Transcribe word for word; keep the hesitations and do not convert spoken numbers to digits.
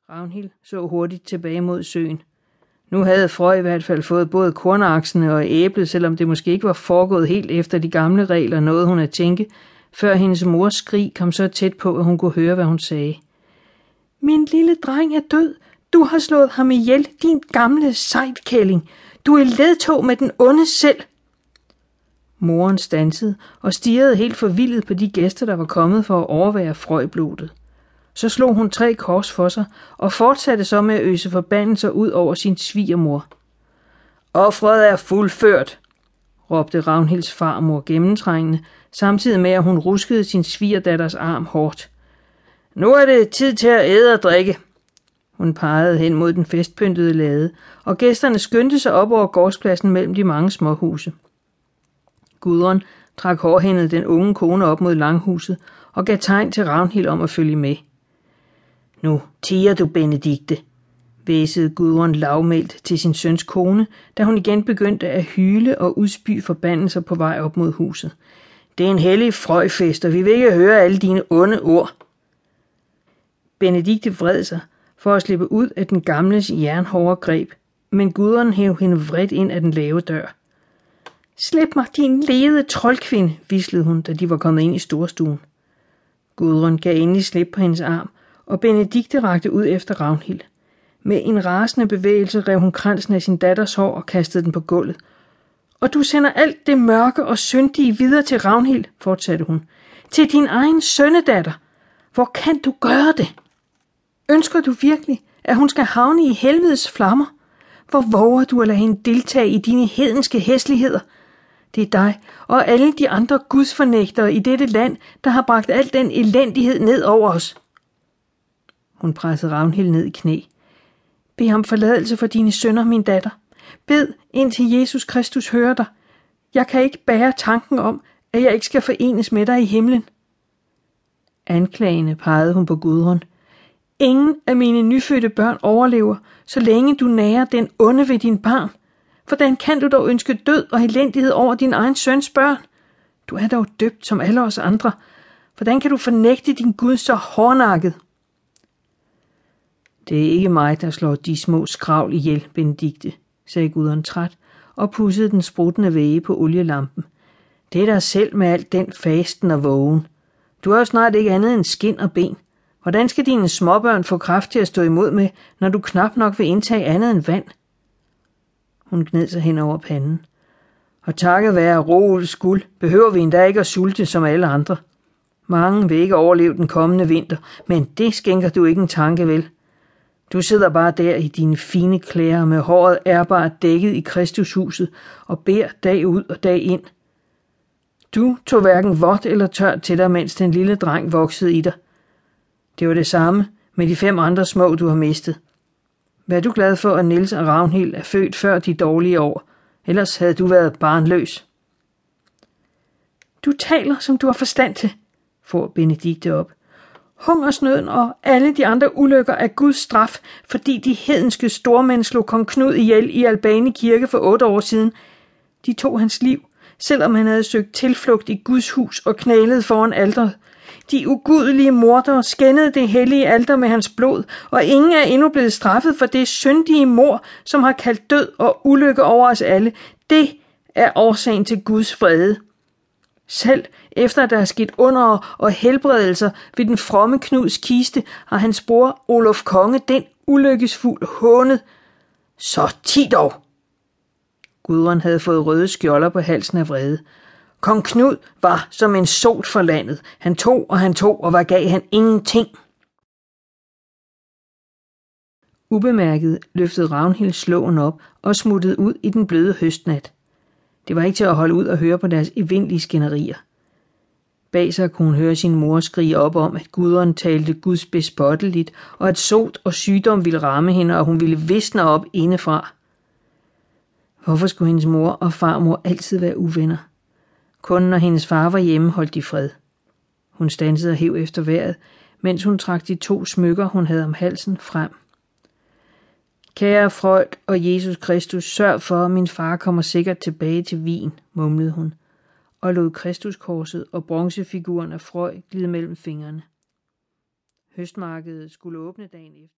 Ragnhild så hurtigt tilbage mod søen. Nu havde Frøj i hvert fald fået både kornaksene og æblet, selvom det måske ikke var foregået helt efter de gamle regler, nåede hun at tænke, før hendes mors skrig kom så tæt på, at hun kunne høre, hvad hun sagde. Min lille dreng er død. Du har slået ham ihjel, din gamle sejtkælling. Du er ledtog med den onde selv. Moren standsede og stirrede helt forvildet på de gæster, der var kommet for at overvære Frøjblodet. Så slog hun tre kors for sig og fortsatte så med at øse forbandelser ud over sin svigermor. Offret er fuldført, råbte Ragnhilds farmor gennemtrængende, samtidig med at hun ruskede sin svigerdatters arm hårdt. Nu er det tid til at æde og drikke. Hun pegede hen mod den festpyntede lade, og gæsterne skyndte sig op over gårdspladsen mellem de mange småhuse. Gudrun trak hårdhændet den unge kone op mod langhuset og gav tegn til Ragnhild om at følge med. Nu tiger du, Benedikte, væsede Gudrun lavmældt til sin søns kone, da hun igen begyndte at hyle og udspy forbandelser på vej op mod huset. Det er en hellig frøjfest, og vi vil ikke høre alle dine onde ord. Benedikte vred sig for at slippe ud af den gamles jernhårde greb, men Gudrun hev hende vredt ind af den lave dør. Slip mig, din lede troldkvinde, hvislede hun, da de var kommet ind i storstuen. Gudrun gav endelig slip på hendes arm, og Benedikte rakte ud efter Ragnhild. Med en rasende bevægelse rev hun kransen af sin datters hår og kastede den på gulvet. Og du sender alt det mørke og syndige videre til Ragnhild, fortsatte hun. Til din egen sønnedatter. Hvor kan du gøre det? Ønsker du virkelig, at hun skal havne i helvedes flammer? Hvor våger du at lade hende deltage i dine hedenske hæsligheder? Det er dig og alle de andre gudsfornægtere i dette land, der har bragt al den elendighed ned over os. Hun pressede Ragnhild ned i knæ. Bed ham forladelse for dine sønner, min datter. Bed, indtil Jesus Kristus hører dig. Jeg kan ikke bære tanken om, at jeg ikke skal forenes med dig i himlen. Anklagende pegede hun på Gudrun. Ingen af mine nyfødte børn overlever, så længe du nærer den onde ved din barn. Hvordan kan du dog ønske død og elendighed over din egen søns børn? Du er dog døbt som alle os andre. Hvordan kan du fornægte din Gud så hårdnakket? Det er ikke mig, der slår de små skravl ihjel, Benedikte, sagde Gudrun træt og pudsede den spruttende væge på olielampen. Det er dig selv med alt den fasten og vågen. Du har jo snart ikke andet end skin og ben. Hvordan skal dine småbørn få kraft til at stå imod med, når du knap nok vil indtage andet end vand? Hun gned sig hen over panden. Og takket være Roels guld, behøver vi endda ikke at sulte som alle andre. Mange vil ikke overleve den kommende vinter, men det skænker du ikke en tanke, vel? Du sidder bare der i dine fine klæder med håret ærbart dækket i Kristushuset og beder dag ud og dag ind. Du tog hverken vådt eller tørt til dig, mens den lille dreng voksede i dig. Det var det samme med de fem andre små, du har mistet. Vær du glad for, at Niels og Ragnhild er født før de dårlige år. Ellers havde du været barnløs. Du taler, som du har forstand til, får Benedikte op. Hungersnøden og alle de andre ulykker er Guds straf, fordi de hedenske stormænd slog kong Knud ihjel i Albani kirke for otte år siden. De tog hans liv, selvom han havde søgt tilflugt i Guds hus og knælet foran alteret. De ugudelige mordere skændede det hellige alter med hans blod, og ingen er endnu blevet straffet for det syndige mord, som har kaldt død og ulykke over os alle. Det er årsagen til Guds vrede. Selv efter at der er sket under og helbredelser ved den fromme Knuds kiste, har hans bror Olof Konge den ulykkesfuld hånet. Så ti dog! Gudrun havde fået røde skjolder på halsen af vrede. Kong Knud var som en sot for landet. Han tog og han tog, og hvad gav han ingenting? Ubemærket løftede Ragnhild slåen op og smuttede ud i den bløde høstnat. Det var ikke til at holde ud og høre på deres evindelige skænderier. Bag sig kunne hun høre sin mor skrige op om, at Gudrun talte Guds bespotteligt, og at sot og sygdom ville ramme hende, og hun ville visne op indefra. Hvorfor skulle hendes mor og farmor altid være uvenner? Kun når hendes far var hjemme, holdt de fred. Hun standsede og hev efter vejret, mens hun trak de to smykker, hun havde om halsen, frem. Kære Freud og Jesus Kristus, sørg for, at min far kommer sikkert tilbage til Wien, mumlede hun, og lod Kristuskorset og bronzefiguren af Freud glide mellem fingrene. Høstmarkedet skulle åbne dagen efter.